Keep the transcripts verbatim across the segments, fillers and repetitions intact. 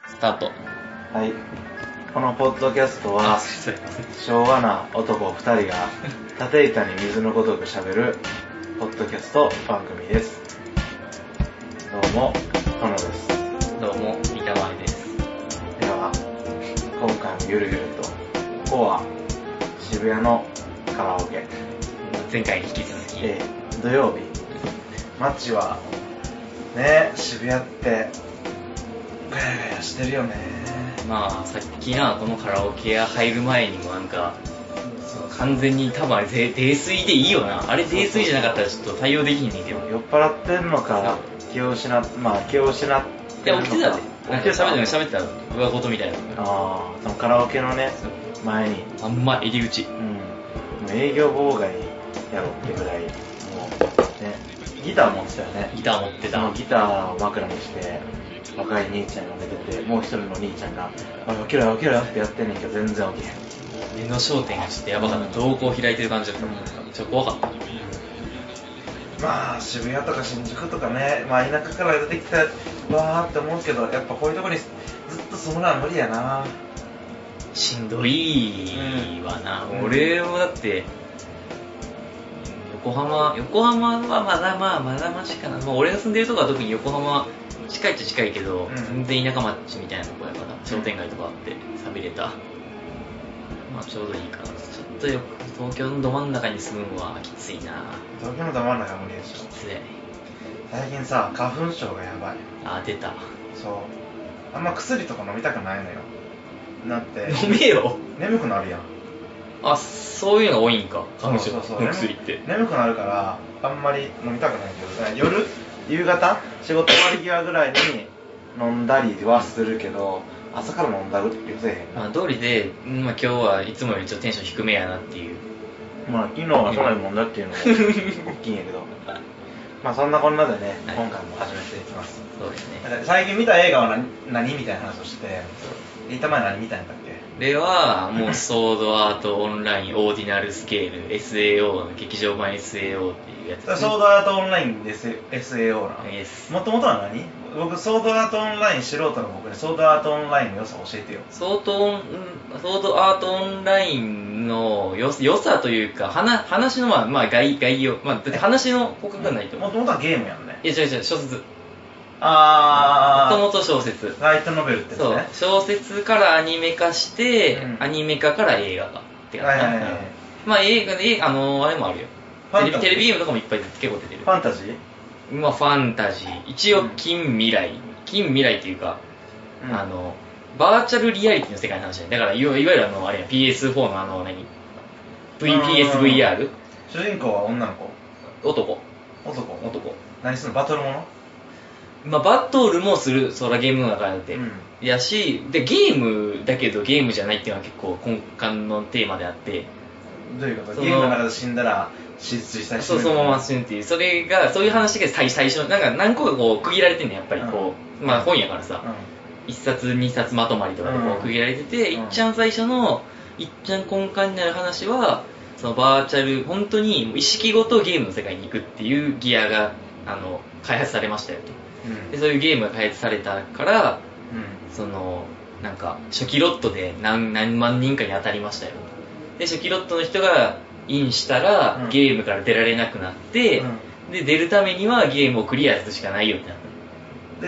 スタート。 はい。このポッドキャストは、昭和な男ふたりが、縦板に水のごとく喋る、ポッドキャスト番組です。どうも、トノです。 どうも、三田前です。 では、今回もゆるゆると、ここは、渋谷のカラオケ。 前回に引き続き。 えー、土曜日。街は、ね、渋谷って、ガヤガヤしてるよね。 まあ、さっきな、このカラオケ屋入る前にもなんか、完全に多分あれ、泥酔でいいよな。あれ泥酔じゃなかったらちょっと対応できひんねんけど。 酔っ払ってんのか、気を失って、まあ気を失ってるのか。 いや、起きてたで。なんか喋ってた、喋ってた、上事みたいな。 ああ、そのカラオケのね、前に。 あんま入り口。 うん。もう営業妨害やろってぐらい、もう、ね、ギター持ってたよね。 ギター持ってた。 そのギターを枕にして、若い兄ちゃんが寝てて、もう一人の兄ちゃんが、あ、起きろよ起きろよってやってんねんけど、全然起きへん。 目の焦点がちょっとやばかった。瞳孔開いてる感じだった。めっちゃ怖かった。 まあ、渋谷とか新宿とかね、まあ田舎から出てきたわーって思うけど、やっぱこういうとこにずっと住むのは無理やな。 しんどいわな。うん、俺もだって、横浜、横浜はまだまあ、まだましかな。まあ、俺が住んでるとこは特に横浜、近いっちゃ近いけど、うん、全然田舎町みたいなとこやから、商店街とかあって寂れた。まあちょうどいいかな。ちょっとよく東京のど真ん中に住むのはきついな。 東京のど真ん中無理でしょ。 きつい。 最近さ、花粉症がやばい。 あ、出た。 そう。あんま薬とか飲みたくないのよ。だって。 飲めよ。 眠くなるやん。 あ、そういうのが多いんか。花粉症の薬って。 眠くなるから、あんまり飲みたくないけど、夜、夕方、仕事終わり際ぐらいに飲んだりはするけど、朝から飲んだるって言うせえへん。 まあ通りで、まあ今日はいつもよりちょっとテンション低めやなっていう。 まあ昨日はそんなに飲んだっていうのも大きいんやけど。まあそんなこんなでね、はい、今回も始めていきます。 そうですね。 最近見た映画は何、何みたいな話をしてて、言った前何見たんだっけ？ では、もうソードアートオンラインオーディナルスケール エスエーオー の劇場版 エスエーオー っていうやつです、ね。 ソードアートオンラインで エスエーオー なの？ Yes。 もともとは何？僕ソードアートオンライン素人の僕にソードアートオンラインの良さ教えてよ。 ソードオン、ソードアートオンラインの良さというか、話, 話のまあ、まあ、概, 概要、まあ、だって話の骨格がないと。 もともとはゲームやんね。 いや違う違う、小説。 あー。 もともと小説。 ライトノベルってやつね。 そう。小説からアニメ化して、うん、アニメ化から映画化って感じ。はいはいはい。まあ映画で、あのー、あれもあるよ。テレビ、テレビゲームとかもいっぱい結構出てる。 ファンタジー？ まあファンタジー。一応近未来。うん、近未来っていうか、うん、あの、バーチャルリアリティの世界の話だよ。だから、いわゆるあの、あれや、ピーエスフォー のあの、何 ?V、ピーエスブイアール？ 主人公は女の子？ 男。 男？ 男。 何するの？バトルもの？ まあ、バトルもする、そらゲームの中でって、うん、やし、で、ゲームだけどゲームじゃないっていうのは結構根幹のテーマであって、 どういうこと？ゲームの中で死んだら、実際死ぬ。 そう、そのまま死ぬっていう、それが、そういう話が最最初、なんか何個かこう区切られてんねん、やっぱりこう、うん、まあ本やからさ、うん、一冊二冊まとまりとかでこう区切られてて、うん、いっちゃん最初の、いっちゃん根幹になる話は、そのバーチャル、本当に意識ごとゲームの世界に行くっていうギアが、あの、開発されましたよと。でそういうゲームが開発されたから、うん、そのなんか初期ロットで 何, 何万人かに当たりましたよ。で初期ロットの人がインしたら、うん、ゲームから出られなくなって、うん、で出るためにはゲームをクリアするしかないよってなった。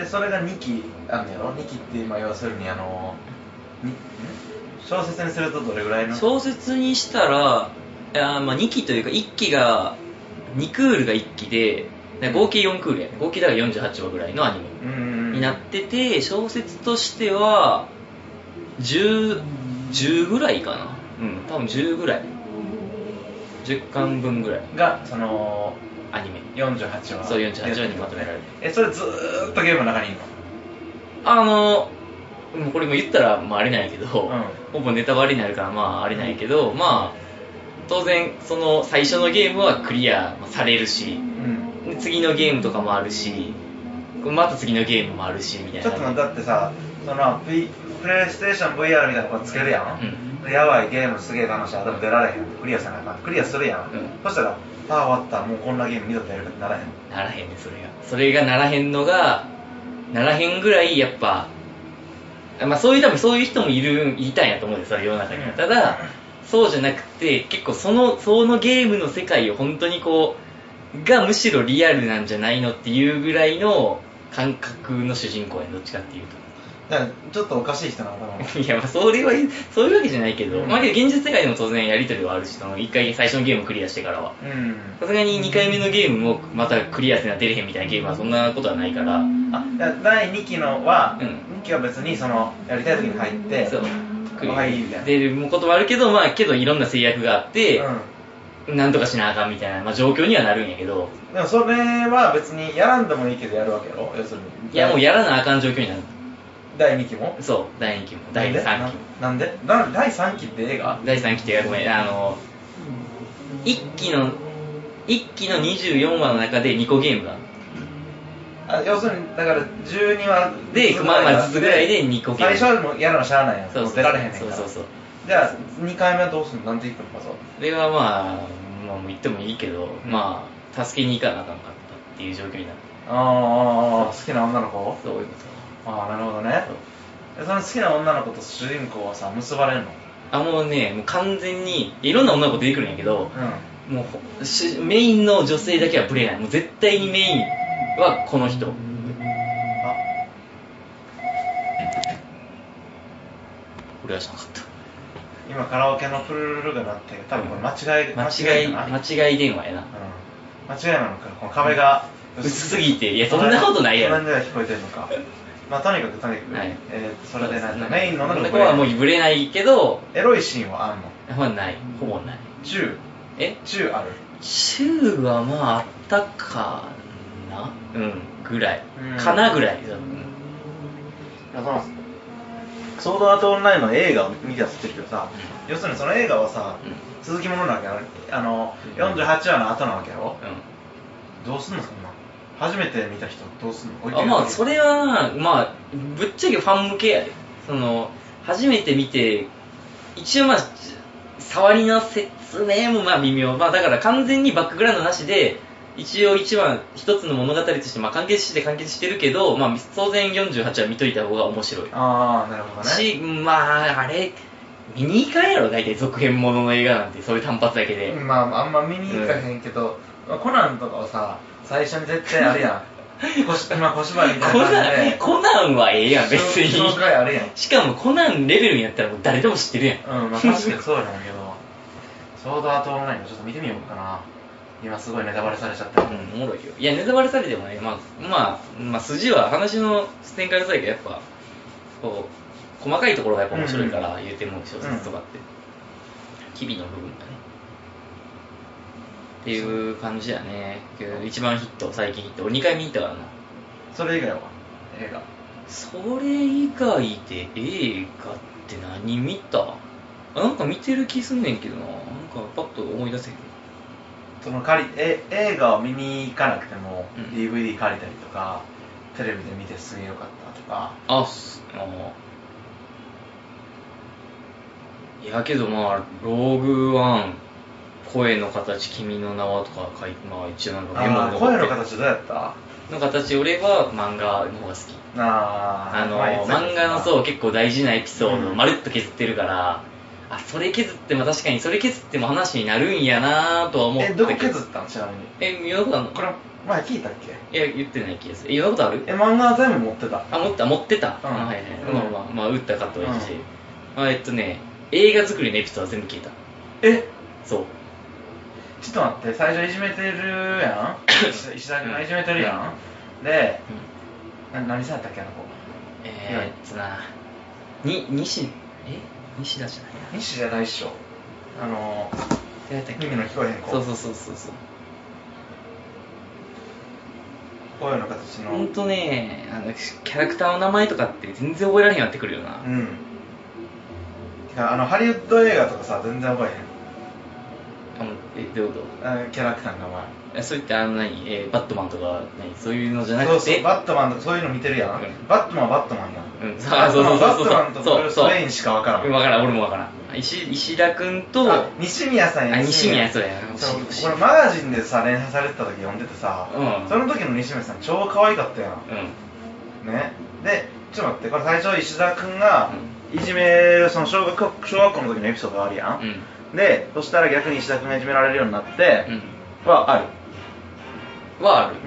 でそれがにきあんのやろ。にきってまあ要するにあのに小説にするとどれぐらいの？ 小説にしたらいや、まあ、にきというかいっきがにクールがいっきで合計よんクールやね。合計だからよんじゅうはちわぐらいのアニメになってて、小説としてはじゅう、じゅうぐらいかな。うん、多分じゅうぐらい。じゅっかんぶんぐらい。 が、その、 アニメ。 よんじゅうはちわ。 そう、よんじゅうはちわにまとめられて。 え、それずーっとゲームの中にいるの？ あの、もうこれも言ったら、まああれなんやけど、うん、ほぼネタバレになるから、まああれなんやけど、まあ、当然、その最初のゲームはクリアされるし、うん、次のゲームとかもあるし、また次のゲームもあるしみたいな。 ちょっと待って、だってさ、その P、プレイステーション ブイアール みたいなのこつけるやん、うん、やばいゲームすげえ楽しい、でも出られへん、クリアせなあかん、クリアするやん、うん、そしたら、ああ終わった、もうこんなゲーム二度とやるかってならへん。 ならへんね、それが。それがならへんのが、ならへんぐらいやっぱ、 まあそういう多分そういう人もいるいたんやと思うんですよ世の中には。ただそうじゃなくて結構そのそのゲームの世界を本当にこうがむしろリアルなんじゃないのっていうぐらいの感覚の主人公やどっちかっていうと。 だからちょっとおかしい人なのかな。 いやまあそれはそういうわけじゃないけど、 うん、 まあけど現実世界でも当然やり取りはあるし、そのいっかい最初のゲームをクリアしてからはさすがににかいめのゲームもまたクリアせな出れへんみたいなゲームはそんなことはないから。 あ、だいにきのは、うん、にきは別にそのやりたい時に入ってそうクリア出ることもあるけど、まあけどいろんな制約があって、うん、なんとかしなあかんみたいな、まあ、状況にはなるんやけど、 でもそれは別にやらんでもいいけどやるわけやろ、要するに。 いやもうやらなあかん状況になる。 だいにきも？ そうだいにきもだいさんきも。 なんで？なんでだいさんきって映画？ だいさんきって映画ごめん、あのいっきのいっきのにじゅうよんわの中でにこゲームがある。あ、要するにだからじゅうにわでまあまあずつぐらいでにこゲーム。 最初はもうやるのしゃあないやん。 そうそう出られへんねんから。 そうそうそう。 じゃあにかいめはどうすんの？なんていくのかそう。 それはまあまあ言ってもいいけど、うん、まあ助けに行かなあかんかったっていう状況になる。 ああ好きな女の子？ そういうこと。 ああなるほどね。その好きな女の子と主人公はさ結ばれるの？ あもうねもう完全にいろんな女の子出てくるんやけど、うん、もうメインの女性だけはブレない。もう絶対にメインはこの人。あこれはしなかった。 今カラオケのプルルルが鳴って多分これ間違い、 うん、間違い間違い電話やな、うん、 間違いなのかこの壁が薄すぎていやそんなことないやろ。 そんなに聞こえてるのかまあとにかくとにかく、はい、えー、それでなんかメインの女の子はもうブレないけどエロいシーンはあんの？ はないほぼない。 チューえチューある？ チューはまああったかなうんぐらい、うん、かなぐらい。うん、いやそのソードアートオンラインの映画を見てやってるけどさ、うん、要するにその映画はさ、うん、続きものなわけやろ。あの、うん、よんじゅうはちわの後なわけやろ、うん、どうすんのそんな初めて見た人どうすんの？ あまあそれはまあぶっちゃけファン向けやで。その初めて見て一応まあ触りの説明もまあ微妙、まあだから完全にバックグラウンドなしで一応一話一つの物語としてまあ完結して完結してるけど、まあ当然よんじゅうはちは見といた方が面白い。 ああなるほどね。 しまああれ見に行かんやろ大体続編ものの映画なんてそういう単発だけで。 まああんま見に行かへんけど、うん、コナンとかはさ最初に絶対あるやん今小芝居みたいな感じでコナンはええやん別に。 紹介あるやん。 しかもコナンレベルにやったらもう誰でも知ってるやん。 うんまあ確かにそうなんだけどソードアートオンラインもちょっと見てみようかな。今すごいネタバレされちゃったうんおもろいよ。いやネタバレされてもね、まあ、まあ、まあ筋は話の展開の際がやっぱこう細かいところがやっぱ面白いから言うても小説とかって、うん、機微の部分がねっていう感じやね。一番ヒット最近ヒット俺にかい見に行ったからな。 それ以外は映画それ以外で映画って何見た？なんか見てる気すんねんけどな。なんかパッと思い出せへん。 その借りえ映画を見に行かなくても、うん、ディーブイディー 借りたりとかテレビで見てすげえよかったとか。 あっあいやけどまあローグワン声の形君の名はとか書いてまあ一応なんかメモに残って。声の形どうやったの形俺は漫画の方が好き。 ああの漫画のそう結構大事なエピソードをまるっと削ってるから、うん、あそれ削っても確かにそれ削っても話になるんやなとは思ったけど。 えどこ削ったのちなみに。 え言うことあるの？ これ前聞いたっけ？ いや言ってない気がする。え言うことある？ え漫画全部持ってた。 あ持った持ってた。うん、はいはい、うん、まあまあまあ打ったかとはいいし、うん、あえっとね映画作りのエピソードは全部聞いた。 えそうちょっと待って最初いじめてるやん石田君がいじめてるやん、うん、で、うん、な何さんやったっけあの子えー、っとなに西え西田じゃないな西じゃないっしょあの耳の聞こえへん子そうそうそうそうそうこういうの形のほんとねあのキャラクターの名前とかって全然覚えられへんようになってくるよな。 うんあのハリウッド映画とかさ全然覚えへん。 あのえどういうこと？ あキャラクターの名前そういったあの何、えー、バットマンとか何そういうのじゃなくてそうそうバットマンとかそういうの見てるやん、うん、バットマンはバットマンやん、 うん、あそうそうそうそうバットマンとブルース・ウェインしか分からん。 分からん俺も分からん。 石, 石田君とあ西宮さんやあ西宮そうやそうこれマガジンでさ連載されてた時読んでてさ、うん、その時の西宮さん超可愛かったやん、うん、ねでちょっと待って、これ最初石田君がいじめる、その小学小学校の時のエピソードがあるやん、うん、でそしたら逆に石田君がいじめられるようになって、うん、はあるはある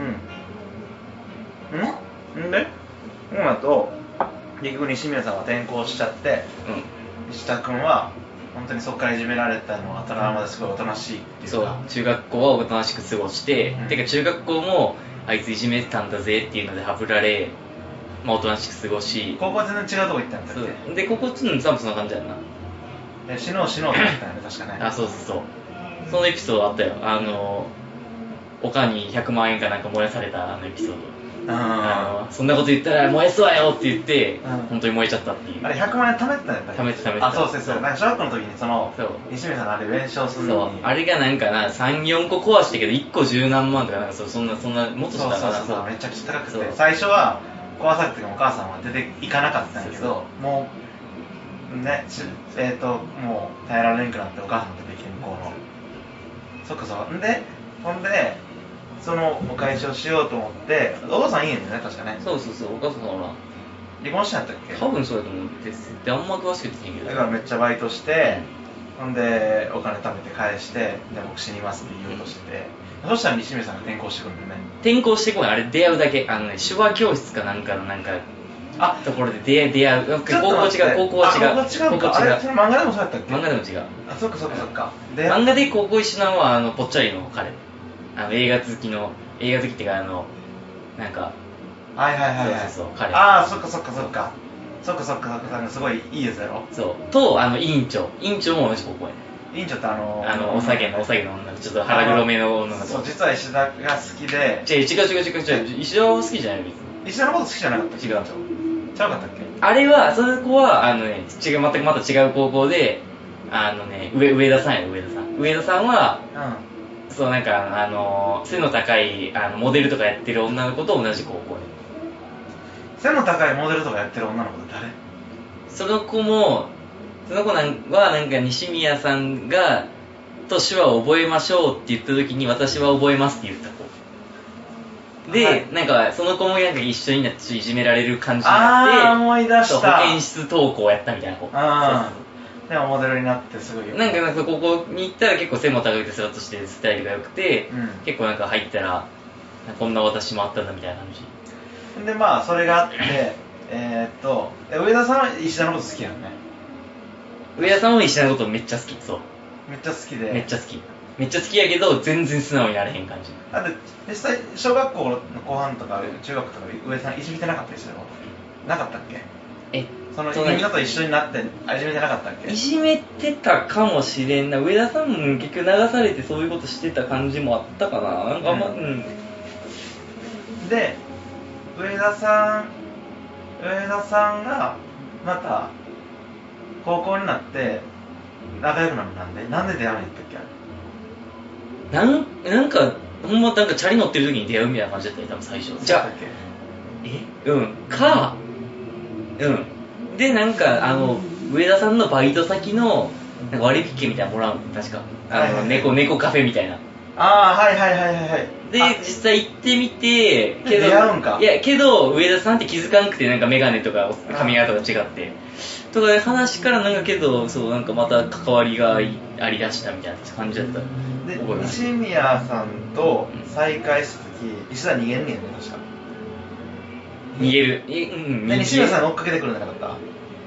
うんんでこうなと結局西宮さんは転校しちゃって、うん、石田君は本当にそこからいじめられたのがトラウマですごいおとなしいっていうか、 そう中学校はおとなしく過ごして、うん、てか中学校もあいついじめてたんだぜっていうのでハブられ、まあ、おとなしく過ごし、 高校は全然違うとこ行ったんだっけで高校っていうのも多分そんな感じやんなえ死のう死のうって言ったんだね確かねあそうそうそうそのエピソードあったよあのおかんにひゃくまんえんかなんか燃やされたあのエピソードあのそんなこと言ったら燃やすわよって言って、うん、本当に燃えちゃったっていうあれひゃくまんえん貯めてたんやったっけ貯めて貯めてあそうそうそうなんか小学校の時にその西宮さんがあれ弁償するのにそうあれがなんかなさん、よんこ壊したけどいっこ十何万とかなんかそんなそんなもっとしたからそうそうそうめちゃくちゃ高くて最初は壊されてお母さんは出ていかなかったんやけどもうねえっ、ー、ともう耐えられんくなってお母さんも出てきて向こうのそっかそっかんでほんでそのお返しをしようと思ってお父さんいいんだよね確かねそうそうそうお母さんは離婚したんやったっけ多分そうやと思うんですってあんま詳しくていいけどだからめっちゃバイトして、うん、ほんでお金貯めて返してで僕死にますって言おうとしてて、うん、そしたら西宮さんが転校してくるんだよね転校してこないあれ出会うだけあのね手話教室かなんかのなんかあところで出会い出会う高校違う高校は違う高校違うあれそれ漫画でもそうやったっけ漫画でも違うあそっかそっかそっか漫画で高校一緒なのはあのぽっちゃりの彼あの映画好きの映画好きっていうかあのなんかはいはいはいはいそうそうそう彼ああそっかそっかそっかそっかそっかそっかそっかすごいいいやつやろそうとあの委員長委員長も同じ高校やね委員長ってあのあのお下げのお下げの女の子ちょっと腹黒めの女の子そう実は石田が好きで違う違う違う違う違う石田は好きじゃない別に石田のこと好きじゃなかった違うちゃうかったっけあれはその子はあのね違う全くまた違う高校であのね上上田さんや上田さん上田さんはうんそうなんかあの背の高いあのモデルとかやってる女の子と同じ高校で背の高いモデルとかやってる女の子って誰？ その子もその子なんはなんか西宮さんがと手話を覚えましょうって言った時に私は覚えますって言った子で、はい、なんかその子もなんか一緒になっていじめられる感じになってあー思い出した保健室登校やったみたいな子ああでもモデルになってすごいよなんかなんかここに行ったら結構背も高くてスラッとしてスタイルが良くて、うん、結構なんか入ったらこんな私もあったんだみたいな感じでまあそれがあってえー、っと上田さんは石田のこと好きやんね上田さんも石田のことめっちゃ好きそうめっちゃ好きでめっちゃ好きめっちゃ好きやけど全然素直になれへん感じだって実際小学校の後半とか中学とか上田さんいじめてなかったりしたのなかったっけえそのみんなと一緒になっていじめてなかったっけいじめてたかもしれんな上田さんも結局流されてそういうことしてた感じもあったかななんかあんまうん、うん、 で上田さん上田さんがまた高校になって仲良くなるなんでなんで出会うんやったっけなんなんかほんまなんかチャリ乗ってる時に出会うみたいな感じだったよ多分最初じゃあえうんかうんでなんかあの上田さんのバイト先のなんか割引券みたいなのもらうの確かあの、はいはいはい、猫猫カフェみたいなああはいはいはいはいはいで実際行ってみてけど出会うんかいやけど上田さんって気づかなくてなんか眼鏡とか髪型とか違ってとかで話からなんかけどそうなんかまた関わりがありだしたみたいな感じだったで西宮さんと再会した時、うん、石田逃げんねんね確か逃げるえうんで西宮さんが追っかけてくるんじゃなかった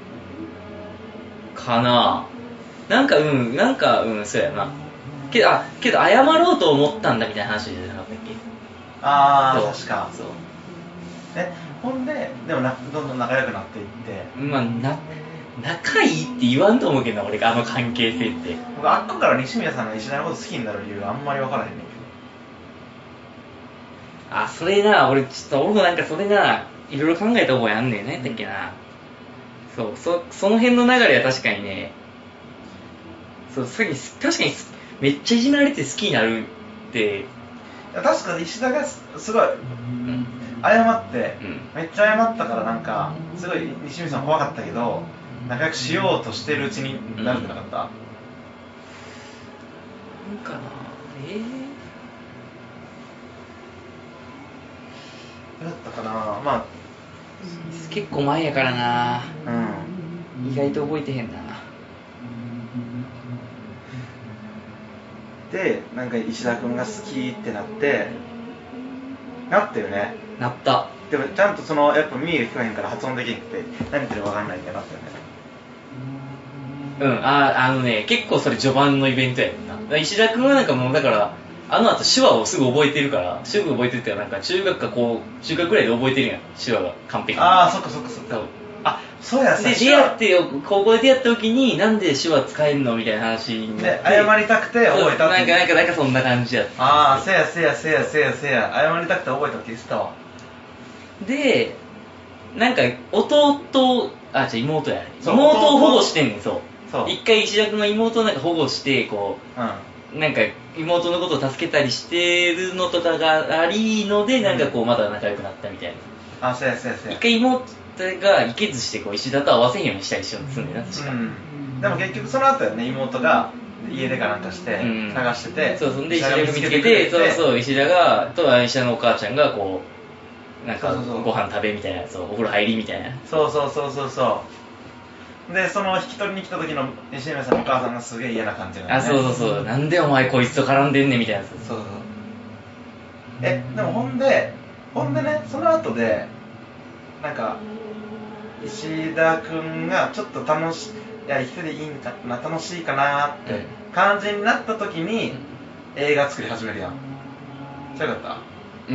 かななんかうんなんかうんそうやなけどあけど謝ろうと思ったんだみたいな話じゃなかったっけああ確かそうえほんででもなどんどん仲良くなっていってまあな仲いいって言わんと思うけどな俺があの関係性って僕あっこから西宮さんが石田のこと好きになる理由があんまり分からへんねんけどあそれな俺ちょっと俺もなんかそれないろいろ考えた覚えあんねん何やったっけな、うん、そうそその辺の流れは確かにねそうさっき確かにめっちゃいじめられて好きになるって確かに石田がすごい、うん、謝って、うん、めっちゃ謝ったからなんかすごい西見さん怖かったけど仲良くしようとしてるうちになるんじゃなかった、 うん、なんかなえー、 どうだったかなまあ結構前やからな、 うん、 意外と覚えてへんな。 でなんか石田君が好きってなってなったよね。 なった。 でもちゃんとそのやっぱ耳が聞こえへんから発音できなくて何言ってるか分かんないってなったよね。 うん、ああのね、結構それ序盤のイベントやんな。石田君はなんかもうだからあの後手話をすぐ覚えてるから、すぐ覚えてるっていうか、なんか中学かこう中学ぐらいで覚えてるやん、手話が完璧に。 ああ、そっかそっかそっか。あ、そうや、 で出会って高校で出会った時になんで手話使えるのみたいな話になって、 で謝りたくて覚えたって。 なんかなんかなんかそんな感じやった。 ああ、せやせやせやせやせや、謝りたくて覚えたって言ってたわ。 で、なんか弟、あ、じゃ妹や、妹を保護してんねん、そう。そう一回石田君の妹をなんか保護してこう、うん、なんか妹のことを助けたりしてるのとかがありので、なんかこうまた仲良くなったみたいな。 あ、そうやそうやそうや。 一回妹がいけずしてこう石田と合わせんようにしたりしようとするんだよな、確か、 うん、でも結局その後やね、妹が家出かなんかして探してて、 うん、そうそうで石田が見つけて、そうそう石田がと石田のお母ちゃんがこうなんかご飯食べみたいな、そうお風呂入りみたいな、 そうそうそうそうそうで、その引き取りに来た時の西宮さんのお母さんがすげえ嫌な感じなんだね。あ、そうそうそう、なんでお前こいつと絡んでんねんみたいな。 そうそうそう。え、でもほんで、ほんでね、その後で、なんか、石田くんがちょっと楽しい、いや、一人でいいんかな、楽しいかなって感じになった時に、映画作り始めるやん。そうよかった？ うん、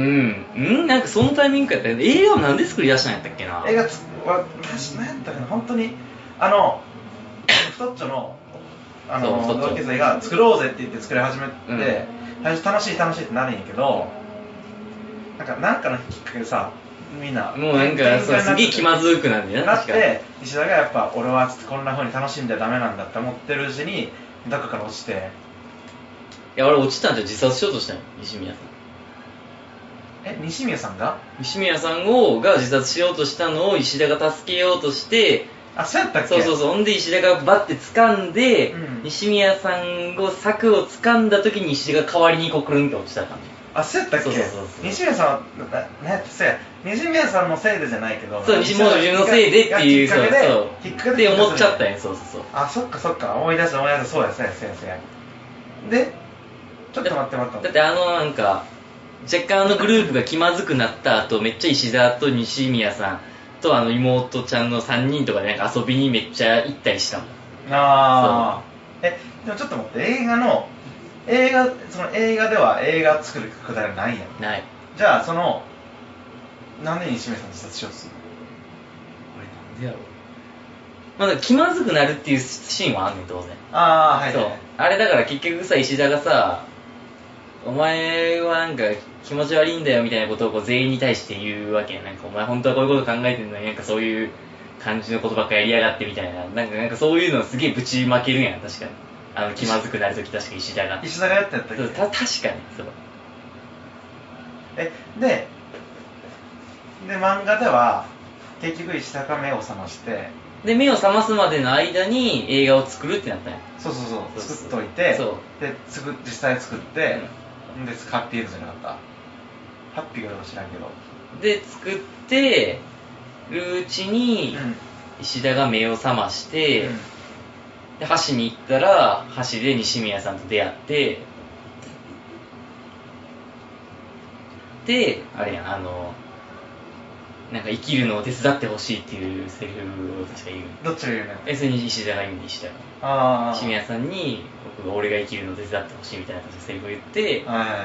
うん、なんかそのタイミングやったよね。映画をなんで作り出したんやったっけな。 映画つは、何やったかな、本当に。あの太っちょのあの同級生が作ろうぜって言って作り始めて、うん、最初楽しい楽しいってなるんやけど、なんかなんかのきっかけでさ、みんなもうなんかそうすげえ気まずくなるんだよなって石田がやっぱ俺はこんな風に楽しんでダメなんだって思ってるうちにどっかから落ちて、 いや俺落ちたんじゃ自殺しようとしたの西宮さん。 え、西宮さんが西宮さんをが自殺しようとしたのを石田が助けようとして、 あ、そうやったっけ。 そうそうそう、ほんで石田がバッて掴んで、うん、西宮さんを柵を掴んだ時に石田が代わりにこうくるんって落ちた感じ。 あ、そうやったっけ。そうそうそうそう、西宮さんはな、なせや西宮さんのせいでじゃないけど、 そう、西宮さんのせいでっていう、 そうそうきっかけでって思っちゃったんや。そうそうそう。 あ、そっかそっか、思い出した思い出した、そうやそうやそうやそうや。で、ちょっと待って待って。 だってあのなんか若干あのグループが気まずくなった後、めっちゃ石田と西宮さんとあの妹ちゃんのさんにんとかでなんか遊びにめっちゃ行ったりしたもん。 ああ。え、でもちょっと待って、映画の映画その映画では映画作るくだりないやん。 ない。 じゃあそのなんで西宮さん自殺しようとするの？ 俺なんでやろう。まだ気まずくなるっていうシーンはあんねん当然。 ああ、はい、はい、 そう。あれだから結局さ石田がさ、お前はなんか気持ち悪いんだよみたいなことをこう全員に対して言うわけや。なんかお前本当はこういうこと考えてるのになんかそういう感じのことばっかやりやがってみたいな、なんかなんかそういうのすげえぶちまけるやん。確かにあの気まずくなるとき確か石田が石田がやったやったっけ。 そうた確かにそう。 えでで漫画では結局石田が目を覚ましてで目を覚ますまでの間に映画を作るってなったんや。 そうそうそう、作っといて、そうで作実際作って、うん、でハッピーエンドじゃなかった。ハッピーかどうか知らんけどで作ってるうちに、うん、石田が目を覚まして、うん、で橋に行ったら橋で西宮さんと出会ってであれやん、あのなんか生きるのを手伝ってほしいっていうセリフを確か言う。 どっちが言うの？ え、それに石田が言うんで石田が。ああ。西宮さんに僕が俺が生きるのを手伝ってほしいみたいなセリフを言って、はい。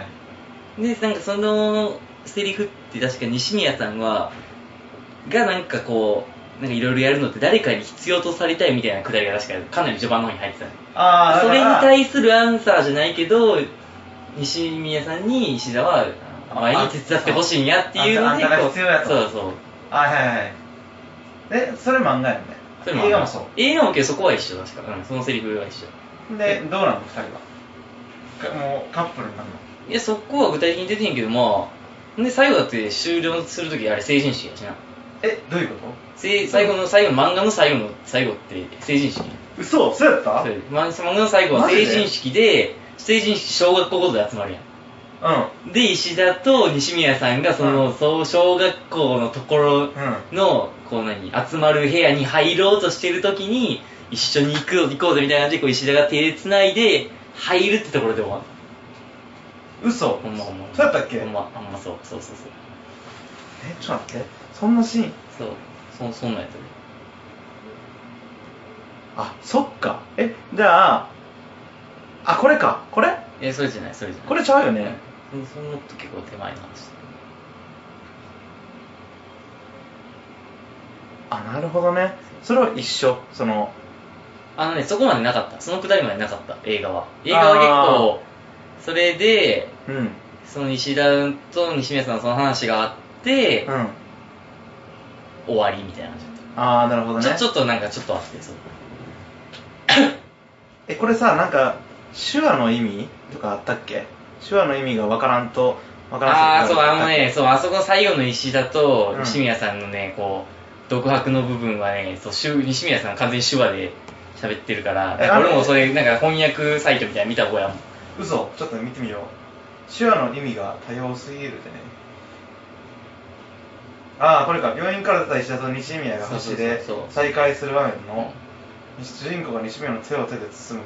で、なんかそのセリフって確か西宮さんは、がなんかこう、なんかいろいろやるのって誰かに必要とされたいみたいなくだりが確かかなり序盤の方に入ってたね。ああ。それに対するアンサーじゃないけど、西宮さんに石田は、前に手伝ってほしいんやっていうので、 あんたが必要やと。 そうそう。 はいはいはい。え、それ漫画やんね。それ映画もそう。 映画もけどそこは一緒確か。うん、そのセリフは一緒。 で、どうなの二人は。もうカップルになるの？ いや、そこは具体的に出てへんけど、まあ、で、最後だって終了するときあれ成人式やしな。 え、どういうこと？ 最後の最後の漫画の最後の最後って成人式。 嘘？そうやった？ そう。漫画の最後は成人式で、成人式小学校ごとで集まるやん。 うん、で石田と西宮さんがその、うん、そう小学校のところの、うん、こう何集まる部屋に入ろうとしてる時に一緒に行く行こうぜみたいな感じでこう石田が手つないで入るってところで終わる。 嘘。 ほんまほんま。 そうやったっけ。 ほんまほんまそうそうそうそう。 えちょっと待って、そんなシーン。 そうそそんなんやったね。 あそっか。えじゃああこれかこれ。 えそれじゃないそれじゃない。 これちゃうよね。 うん、そのと結構手前の話。 あなるほどね。それは一緒その。 あのねそこまでなかった。そのくだりまでなかった映画は。映画は結構それで、うん、その石田と西宮さんのその話があって、うん、終わりみたいな感じだった。 ああなるほどね。 ちょちょっとなんかちょっとあってそう。 えこれさなんか手話の意味とかあったっけ。手話の意味がわからんとわからん。 ああそうあのねそうあそこ最後の石田と西宮さんのね、うん、こう独白の部分はねそう西宮さん完全に手話で喋ってるから、から俺もそれなんか翻訳サイトみたいな見た方やもん。 嘘ちょっと見てみよう。手話の意味が多様すぎるでね。ああこれか。病院から出た石田と西宮が橋で再会する場面の主人公が西宮の手を手で包む。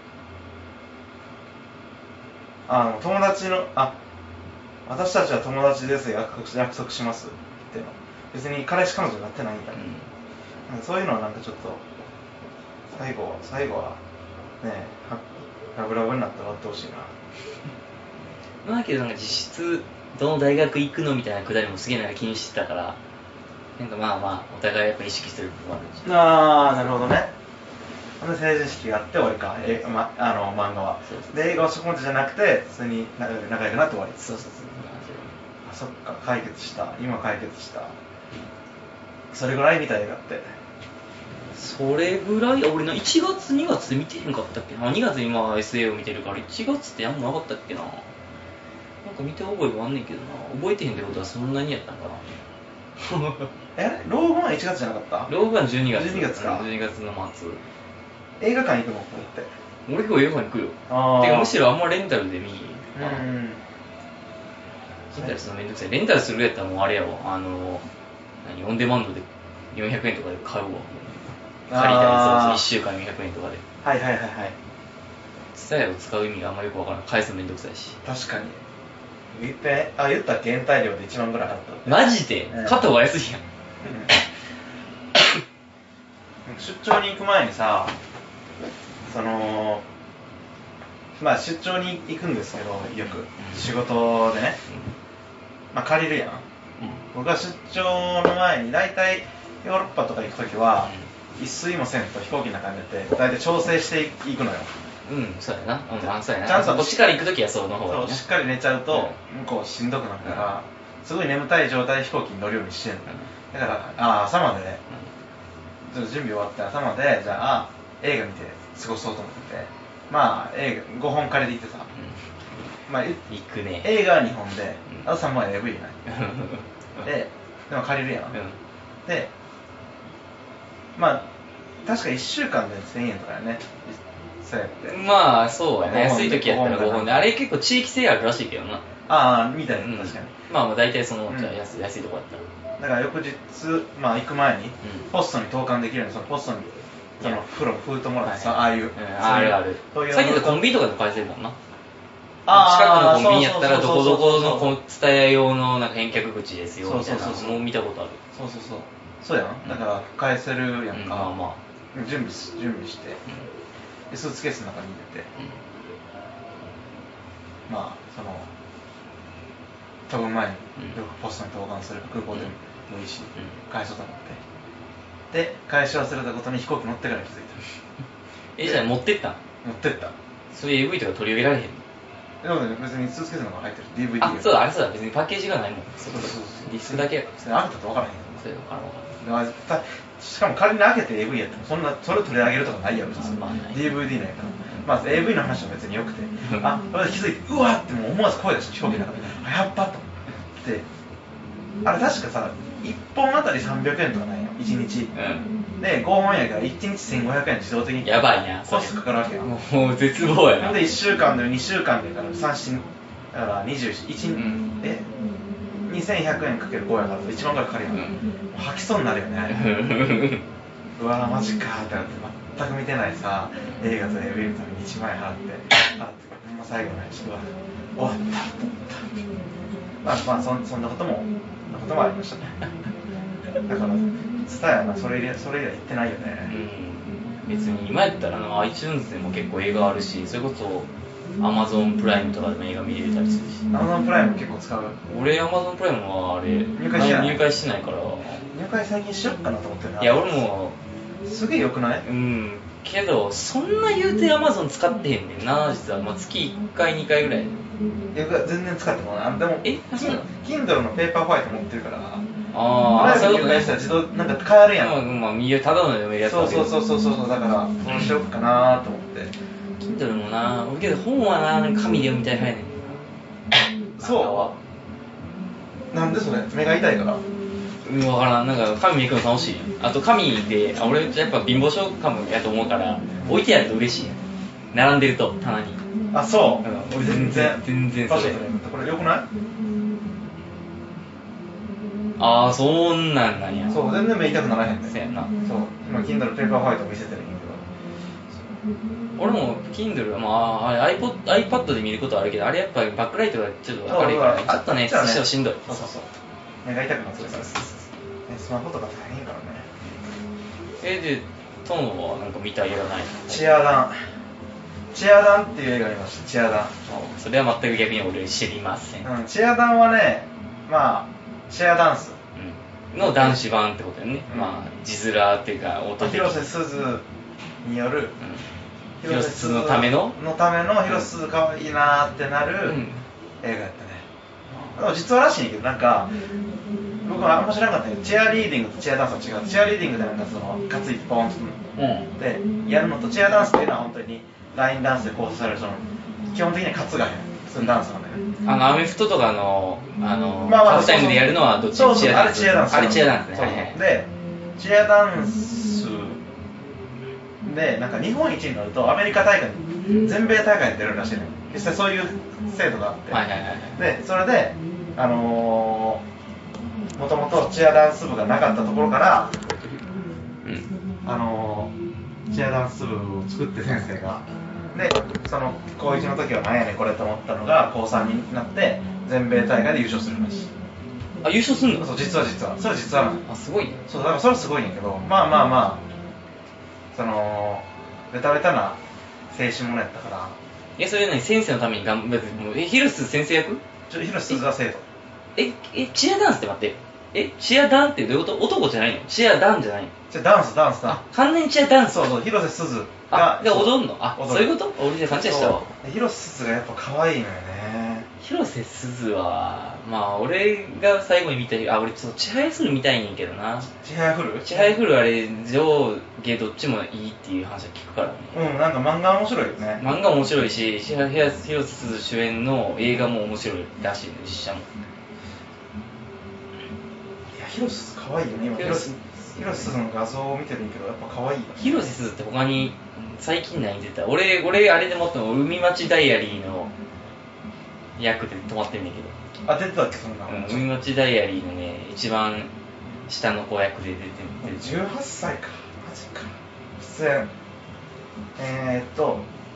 あ友達のあ私たちは友達です約束約束しますっていうの別に彼氏彼女になってないんだ、うん、なんかそういうのはなんかちょっと最後は最後はねラブラブになって終わってほしいな。だけどなんか実質どの大学行くのみたいなくだりもすげえなんか気にしてたからなんかまあまあお互いやっぱ意識してる部分もあるし。 ああなるほどね。で成人式があって終わりか、え、ま、あの漫画は。そうそうそうで映画はそこまでじゃなくて普通に仲良くなって終わり。 そうそうそう。 あそっか解決した今解決した、うん、それぐらい見た映画って。 それぐらい俺のいちがつにがつで見てへんかったっけな。にがつに今 エスエー を見てるからいちがつってあんまなかったっけな。なんか見た覚えはあんねんけどな。覚えてへんってことはそんなにやったんかな。 えローグワンいちがつじゃなかった。 ローグワンじゅうにがつ。じゅうにがつか。 じゅうにがつの末。 映画館行くのこれって。 俺結構映画館行くよ。てかむしろあんまレンタルで見に。うん。レンタルするのめんどくさい。レンタルするやったらもうあれやわ。あの何オンデマンドでよんひゃくえんとかで買うわ。借りたりそういっしゅうかんよんひゃくえんとかで。 はいはいはいはい。 ツタヤを使う意味があんまりよくわからない。返すのめんどくさいし。 確かに。言ってあ言ったっけ原体料でいちまんぐらい払った。 マジで、うん、買った方が安いやん。 出張に行く前にさそのまあ出張に行くんですけどよく、うん、仕事でね、うん、まあ借りるやん、うん、僕は出張の前に大体ヨーロッパとか行くときは、うん、一睡もせんと飛行機の中に寝て大体調整していくのよ。 うんそうやな、うん、あそうやな。ちゃんとこっちから行くときはその方がいい、ね、 そうしっかり寝ちゃうと、うん、向こうしんどくなるから、うん、すごい眠たい状態で飛行機に乗るようにしてんの、うん、だからあ朝まで、ね、うん、準備終わって朝までじゃあ映画見て過ごそうと思ってまあ映画ごほん借りて行ってさ、うん、まあ行くね。 映画はにほんで、うん、あとさんまん エーブイ やないででも借りるやん、うん、でまあ確かいっしゅうかんでせんえんとかやね。そうやってまあそうやね。安い時やったらごほんであれ結構地域性あるらしいけどな。 ああみたいな、うん、確かにまあまあ大体その、うん、じゃあ安い安いとこやったらだから翌日まあ行く前に、うん、ポストに投函できるようにそのポストにその袋封筒もらってさ、ああいう、うん、 あるある最近でコンビニとかで返せるもんな。あ近くのコンビニやったらどこどこのツタヤ用のなんか返却口ですよみたいなのも見たことある。 そうそうそうそうやん、うん、だから返せるやんか、うん、まあまあ準備し準備して、うん、でスーツケースの中に入れて、うん、まあその飛ぶ前によくポストに投函する空港でもいいし、うん、返そうと思ってで返し忘れたことに飛行機乗ってから気づいた。 えじゃあ持ってったん？ 持ってった。 そういう エーブイ とか取り上げられへんの？ でもね、別にスーツケースの中に入ってる ディーブイディーあ、そうだ、あれそうだ、別にパッケージがないもん。そうそうそう。ディスクだけやから。 開けたと分からへん。 そう分からん分からん。しかも仮に開けて エーブイ やってもそんなそれを取り上げるとかないやろ、普通、まあ、ディーブイディー なんやから、まあ、エーブイ の話は別によくてあ、それで気づいてうわってもう思わず声出して飛行機の中でやっぱと思ってあれ確かさいっぽんあたりさんびゃくえんとかないよいちにち、うん、でごほんやからいちにちせんごひゃくえん自動的にやばいなコストかかるわけやもう絶望やな。 でいっしゅうかんでにしゅうかんでからさんしだからにじゅういち、うん、えにせんひゃくえんかけるごやからいちまんぐらいかかるよ、うん、吐きそうになるよねうわーマジかーってなって全く見てないさ映画と映画見るためにいちまんえん払って払ってほんま最後のねちょっと終わったと思ったまあまあ そ, そんなこともそんなこともありましたねだからツタヤなそれ以来それ以来行ってないよね、 うん、別に今やったらな iTunes でも結構映画あるしそれこそAmazon プライムとかでも映画見れたりするし Amazon プライム結構使う俺 Amazon プライムはあれ入会してない入会してないから入会最近しよっかなと思ってるないや俺もすげえよくないうんけどそんな言うて Amazon 使ってへんねんな実は、まあ、月いっかいにかいぐらいいや全然使ってもないでもえ Kindle のペーパーホワイト持ってるからああそういうことね自動なんか変えるやんまあまあ右ただの読めるやつだけどそうそうそうそうだからどうしようかなと思って Kindle もな俺けど本はな紙で読みたい派やねんなそうなんでそれ目が痛いからうん分からんなんか紙めくの楽しいあと紙であ俺やっぱ貧乏症かもやと思うから置いてやると嬉しい並んでると棚にあそう、 うん、俺全然全然それこれよくないああそんなんなんやそう全然目痛くならへんねそうやなそう今 Kindle ペーパーホワイト見せてるんやけど俺も Kindle まああれ iPod, iPad で見ることはあるけどあれやっぱりバックライトがちょっと明るいからちょっとねちしんどいそうそうそう目が痛くなってるからスマホとか大変からねえでトノはなんか見た映画ないチアダンチアダンっていう映画ありましたチアダンそれは全く逆に俺知りません、 うん、チアダンはねまあチアダンス、 うん、の男子版ってことだよね、うん、まあ字面っていうか音的広瀬すずによる、うん、 広瀬すずのためののための広瀬すずかわいいなってなる、うん、映画やったねでも実はらしいんやけどなんか僕はあんま知らなかったけどチアリーディングとチアダンスは違うチアリーディングでなんかそのガツイポンと、うん、でやるのとチアダンスっていうのは本当にラインダンスで構成されるその基本的にはカツがへんそのダンスなんだよねあのアメフトとかのあの、まあまあ、ハーフタイムでやるのはどっちそうそうチアダンスあれチアダンスあれチアダンスね、 はいはい、でチアダンスでなんか日本一になるとアメリカ大会に全米大会に出るらしいね実際そういう制度があって、 はいはいはい、 でそれであのー、もともとチアダンス部がなかったところから、うん、あのー、チアダンス部を作って先生がでその高いちの時は何やねんこれと思ったのが高さんになって全米大会で優勝するらしいあ優勝するのそう実は実はそれは実はなのあすごいねそうだからそれはすごいんやけどまあまあまあそのベタベタな青春ものやったからえそれ何先生のために頑張ってえ広瀬先生役ちょ広瀬すずが生徒ええチアダンスって待ってえチアダンってどういうこと男じゃないのチアダンじゃないのじゃダンスダンスダンスあ完全にチアダンスそうそう広瀬すずがで踊るのあそういうこと俺じゃ勘違いしたわ広瀬すずがやっぱ可愛いのよね広瀬すずはまあ俺が最後に見たあ俺ちょっとちはやふる見たいんやけどなちはやふるちはやふるあれ上下どっちもいいっていう話は聞くからねうんなんか漫画面白いよね漫画面白いし広瀬すず主演の映画も面白いらしいね実写もいや広瀬すず可愛いよね今広瀬広瀬すずの画像を見てるけどやっぱ可愛いよね広瀬すずって他に最近何出た俺俺あれでもっと海町ダイアリーの役で止まってんねんけどあ出てたっけそんな、 うん、海町ダイアリーのね一番下の子役で出てるじゅうはっさいかマジか出演えー、っと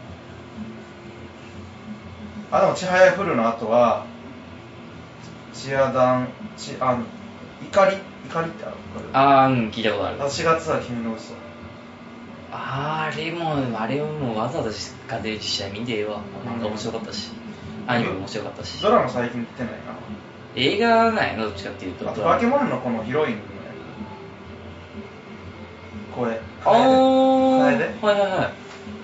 あでも「ちはやふる」の後はチアダンチあ怒り怒りってあるあーうん聞いたことあるしがつは君の嘘あれもあれをもうわざわざ家庭実写見てえわ漫画面白かったし、うん、アニメ面白かったしドラマ最近見てないな映画なんやなどっちかっていうとあとバケモンのこのヒロインの声あー楓はいはいはい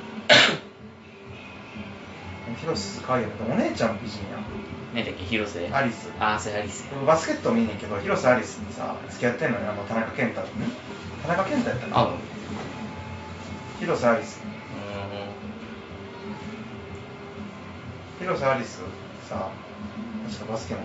広瀬すず可愛いよねお姉ちゃん美人やん何だっけ広瀬アリスああそれアリスバスケット見んねんけど広瀬アリスにさ付き合ってんのよあの田中健太ん田中健太やったのあ広瀬アリスうん広瀬アリスさ確かバスケのね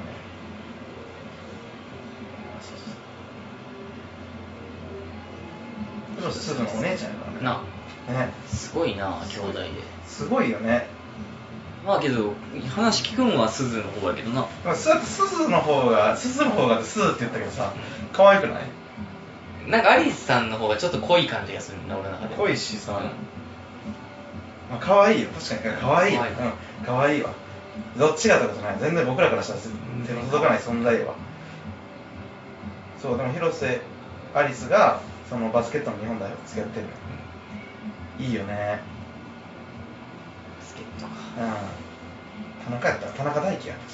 広瀬すずのお姉ちゃんやからねなねすごいな兄弟ですごいよねまあけど話聞くんは鈴の方やけどな。 す鈴の方が鈴の方がスーって言ったけどさ、可愛くない？ なんかアリスさんの方がちょっと濃い感じがするんだ俺の中で。 濃いしさ、 うん、 まあ、可愛いよ。確かに可愛い。 可愛い、 うん、可愛いわ。どっちがとかじゃない。全然僕らからしたら手の届かない存在は。そう、でも広瀬アリスがそのバスケットの日本代表と付き合ってるの、うん、いいよね。 バスケットか。 うん。田中やったら田中大輝やん。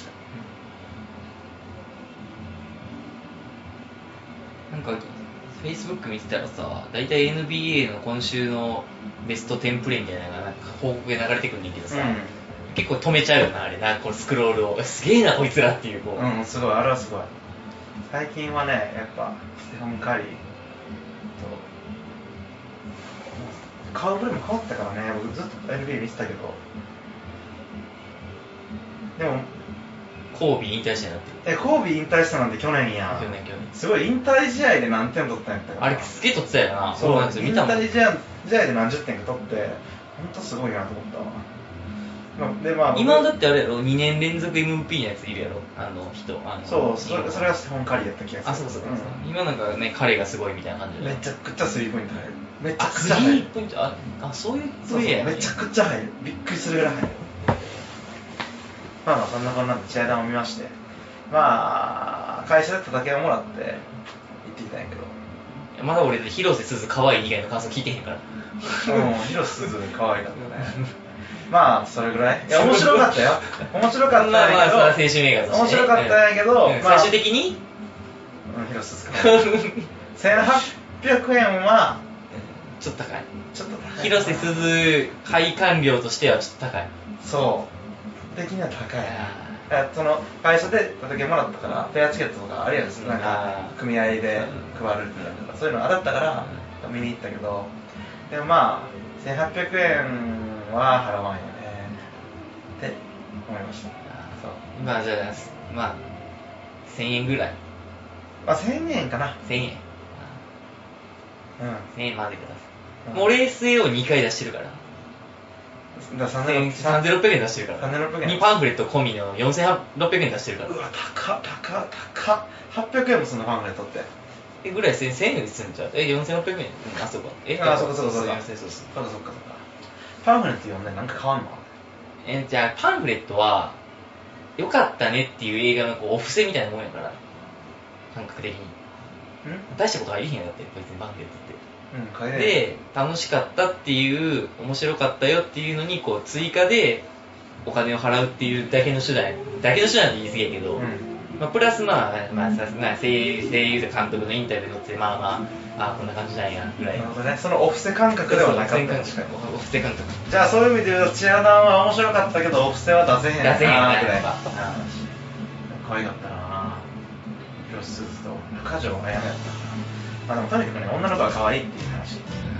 なんかFacebook 見てたらさ、大体 エヌビーエー の今週のベストじゅうプレイみたいなのがなんか報告で流れてくるんだけどさ、うん、結構止めちゃうよなあれな、このスクロールを。すげえなこいつらっていう。こう、 うん、すごい、あれはすごい。最近はね、やっぱステファン・カリーと顔ぶれも変わったからね。僕ずっと エヌビーエー 見てたけど、でもコービー引退したんやって。 え、コービー引退したなんて去年やん。 去年去年。 すごい、引退試合で何点取ったんやったかな。 あれすげえ取ってたよな。 そう、引退試合で何十点か取って、ほんとすごいなと思ったわ。でまあ、 今だってあれやろ、にねん連続 エムブイピー のやついるやろ、あの人。あのそう、それ、それがステファン・カリーやった気がする。 あ、そうそうそう、うん、今なんかね、彼がすごいみたいな感じで。 めちゃくちゃスリーポイント入る。めちゃくちゃ入る。スリーポイント、あ、あそういうプレーやね。 めちゃくちゃ入る。びっくりするぐらい入る。まあまあ、そんなこんなで試合談を見まして、まあ、会社で叩きをもらって行ってきたんやけど。 まだ俺、広瀬すず可愛い以外の感想聞いてへんから。 うん、広瀬すず可愛かったね。まあ、それぐらい。いや、面白かったよ。面白かったんやけど。 まあまあ、青春映画として、ね。 面白かったんやけど、 うん、まあ、最終的にうん、広瀬すず可愛い。せんはっぴゃくえんは、 ちょっと高い。 ちょっと高い。 広瀬すず、会館料としてはちょっと高い。 そう。的には高い。その会社で叩きもらったから、ペアチケットとかあるやつ、なんか組合で配るみたいな、そういうのがあったから見に行ったけど、でもまあせんはっぴゃくえんは払わんよねって思いました。 そう、まあじゃあまあせんえんぐらい。 まあせんえんかな。 せんえん。うん。せんえんまでください。うん、もう俺 エスエーオーにかい出してるから。 ださんぜんろっぴゃくえん出してるから。 さんぜんろっぴゃくえんにパンフレット込みのよんせんろっぴゃくえん出してるから。 うわ、高っ、高っ、高っ。はっぴゃくえんもそのパンフレットって。 え、ぐらいせんえんですんじゃん。え、よんせんろっぴゃくえん。あ、そうか。え、 あ、そっかそっかそっか。 そうそうそう。 そっかそっかそっか。パンフレット読んでなんか変わんの？ え、じゃあパンフレットは、よかったねっていう映画のこうお布施みたいなもんやから。感覚的に。ん大したことありへんやんだって、別にパンフレットって。うん、で、楽しかったっていう、面白かったよっていうのに、こう、追加でお金を払うっていうだけの手段、だけの手段って言い過ぎやけど、うん、まあ、プラスまあ、まあ、さまあ、声優、声優と監督のインタビューに載って、まあまあ、あこんな感じなんや、ぐらい。 なるほどね、そのお布施感覚ではなかった。 確かに。お布施感覚。 じゃあ、そういう意味で言うと、チアダンは面白かったけど、お布施は出せへんな。 出せへんな、 ぐらい。可愛かったな広瀬すずと中条あやめやったかな。まあでもとにかくね、女の子は可愛いっていう話。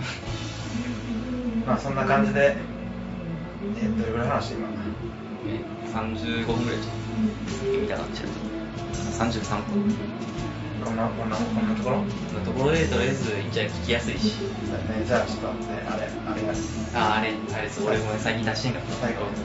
まあそんな感じで、えどれぐらい話今？ え、さんじゅうごふんぐらいちょっと見たかったちゃう。さんじゅうさんぷん。 こんな、こんな、こんなところ？こんなところでとりあえずいっちゃ聞きやすいし。 そうね、じゃあちょっと、ね、あれ、あれが。 あ、あれ、あれです。俺も最近出してんかった。 最高。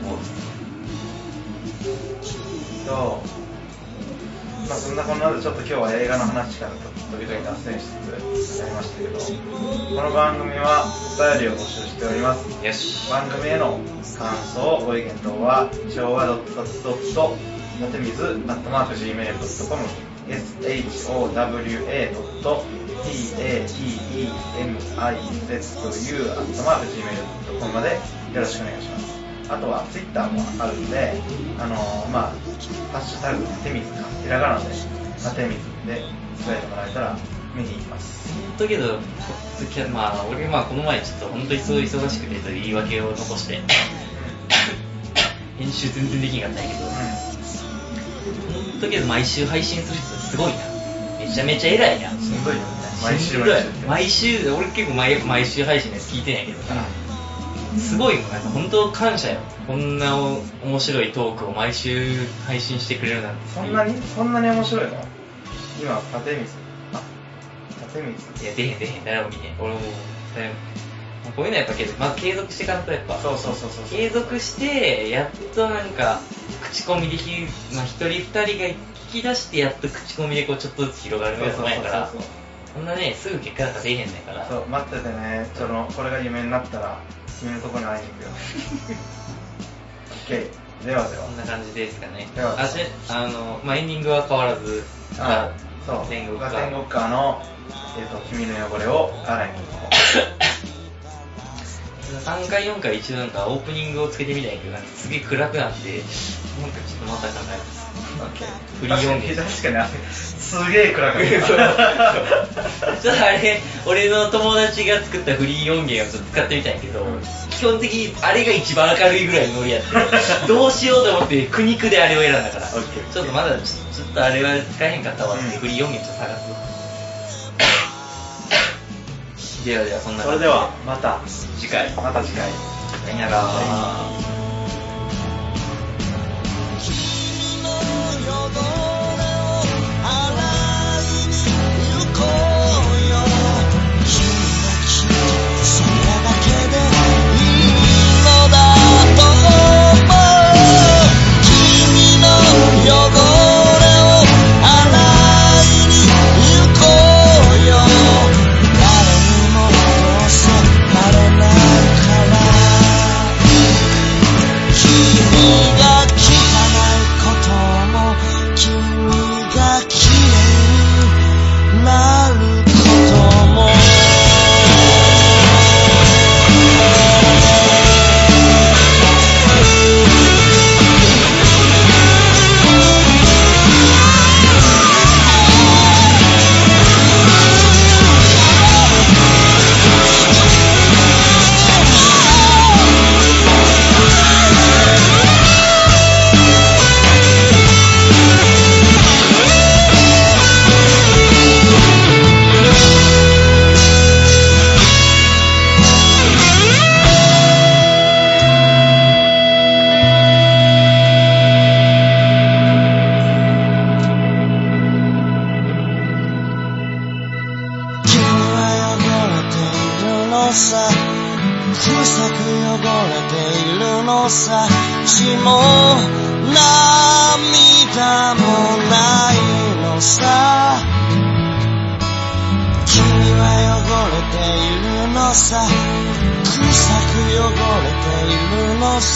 そう。まあそんなこんなでちょっと今日は映画の話から時々脱線しつつなりましたけど、この番組はお便りを募集しております。 よし。 番組への感想、ご意見等は昭和ドットドットたてみずアットマーク ジーメールドットコム エスエイチオーダブリューエードットティーエーティーイーエムアイゼットユー アットマーク ジーメールドットコム までよろしくお願いします。あとはツイッターもあるんで、あのー、まあハッシュタグてみずかひらがなでたてみずでつぶやいてもらえたら見に行きます。 だけど、まあ俺まあこの前ちょっと本当にそう忙しくてという言い訳を残して編集全然できなかったんやけど、うん、だけど毎週配信する人すごいな。めちゃめちゃ偉いな。 しんどいよね。毎週毎週。毎週俺結構 毎, 毎週配信のやつ聞いてんやけどさ。うん、すごいもん、なんか本当感謝よ。こんな面白いトークを毎週配信してくれるなんて。 そんなにそんなに面白いの？今、たてみず。あ、たてみず。 いや、出へん出へん、誰も見へん。俺も、誰も。 こういうのやっぱけどまず継続していかんとやっぱそうそうそうそう継続してやっとなんか口コミでひ、まあ、一人二人が聞き出してやっと口コミでこうちょっとずつ広がるみたいなもんやからそんなねすぐ結果なんか出えへんねんからそう待っててねそのこれが夢になったら君のとこに会いに行くよOK ではではこんな感じですかねではあしあの、まあ、エンディングは変わらずあそう天国カー天国カーの、えー、と君の汚れを洗いに行こうさんかいよんかい一度なんかオープニングをつけてみたいけどなんかすげえ暗くなってなんかちょっとまた考えます OK フリー音源確かに確かにすげえ暗かったちょっとあれ俺の友達が作ったフリー音源をちょっと使ってみたんやけど、うん、基本的にあれが一番明るいぐらいのノリやってどうしようと思って苦肉であれを選んだから、okay. ちょっとまだちょ、ちょっとあれは使えへんかったわって、うん、フリー音源ちょっと探すではではそんなそれではまた次回また次回さよなら血も涙もないのさ君は汚れているのさ臭く汚れているのさ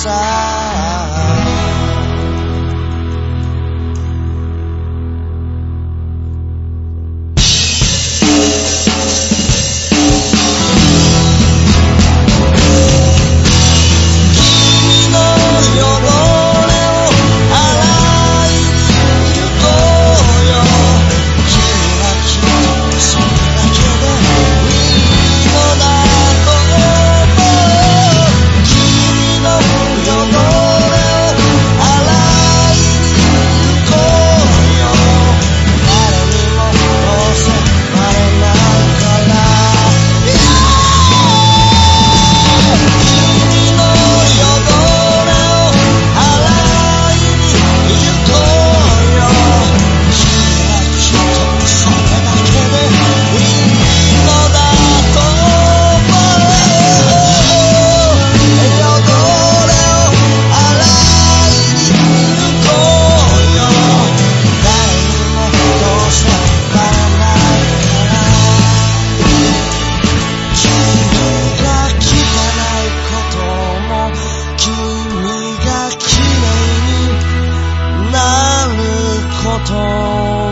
君が綺麗になること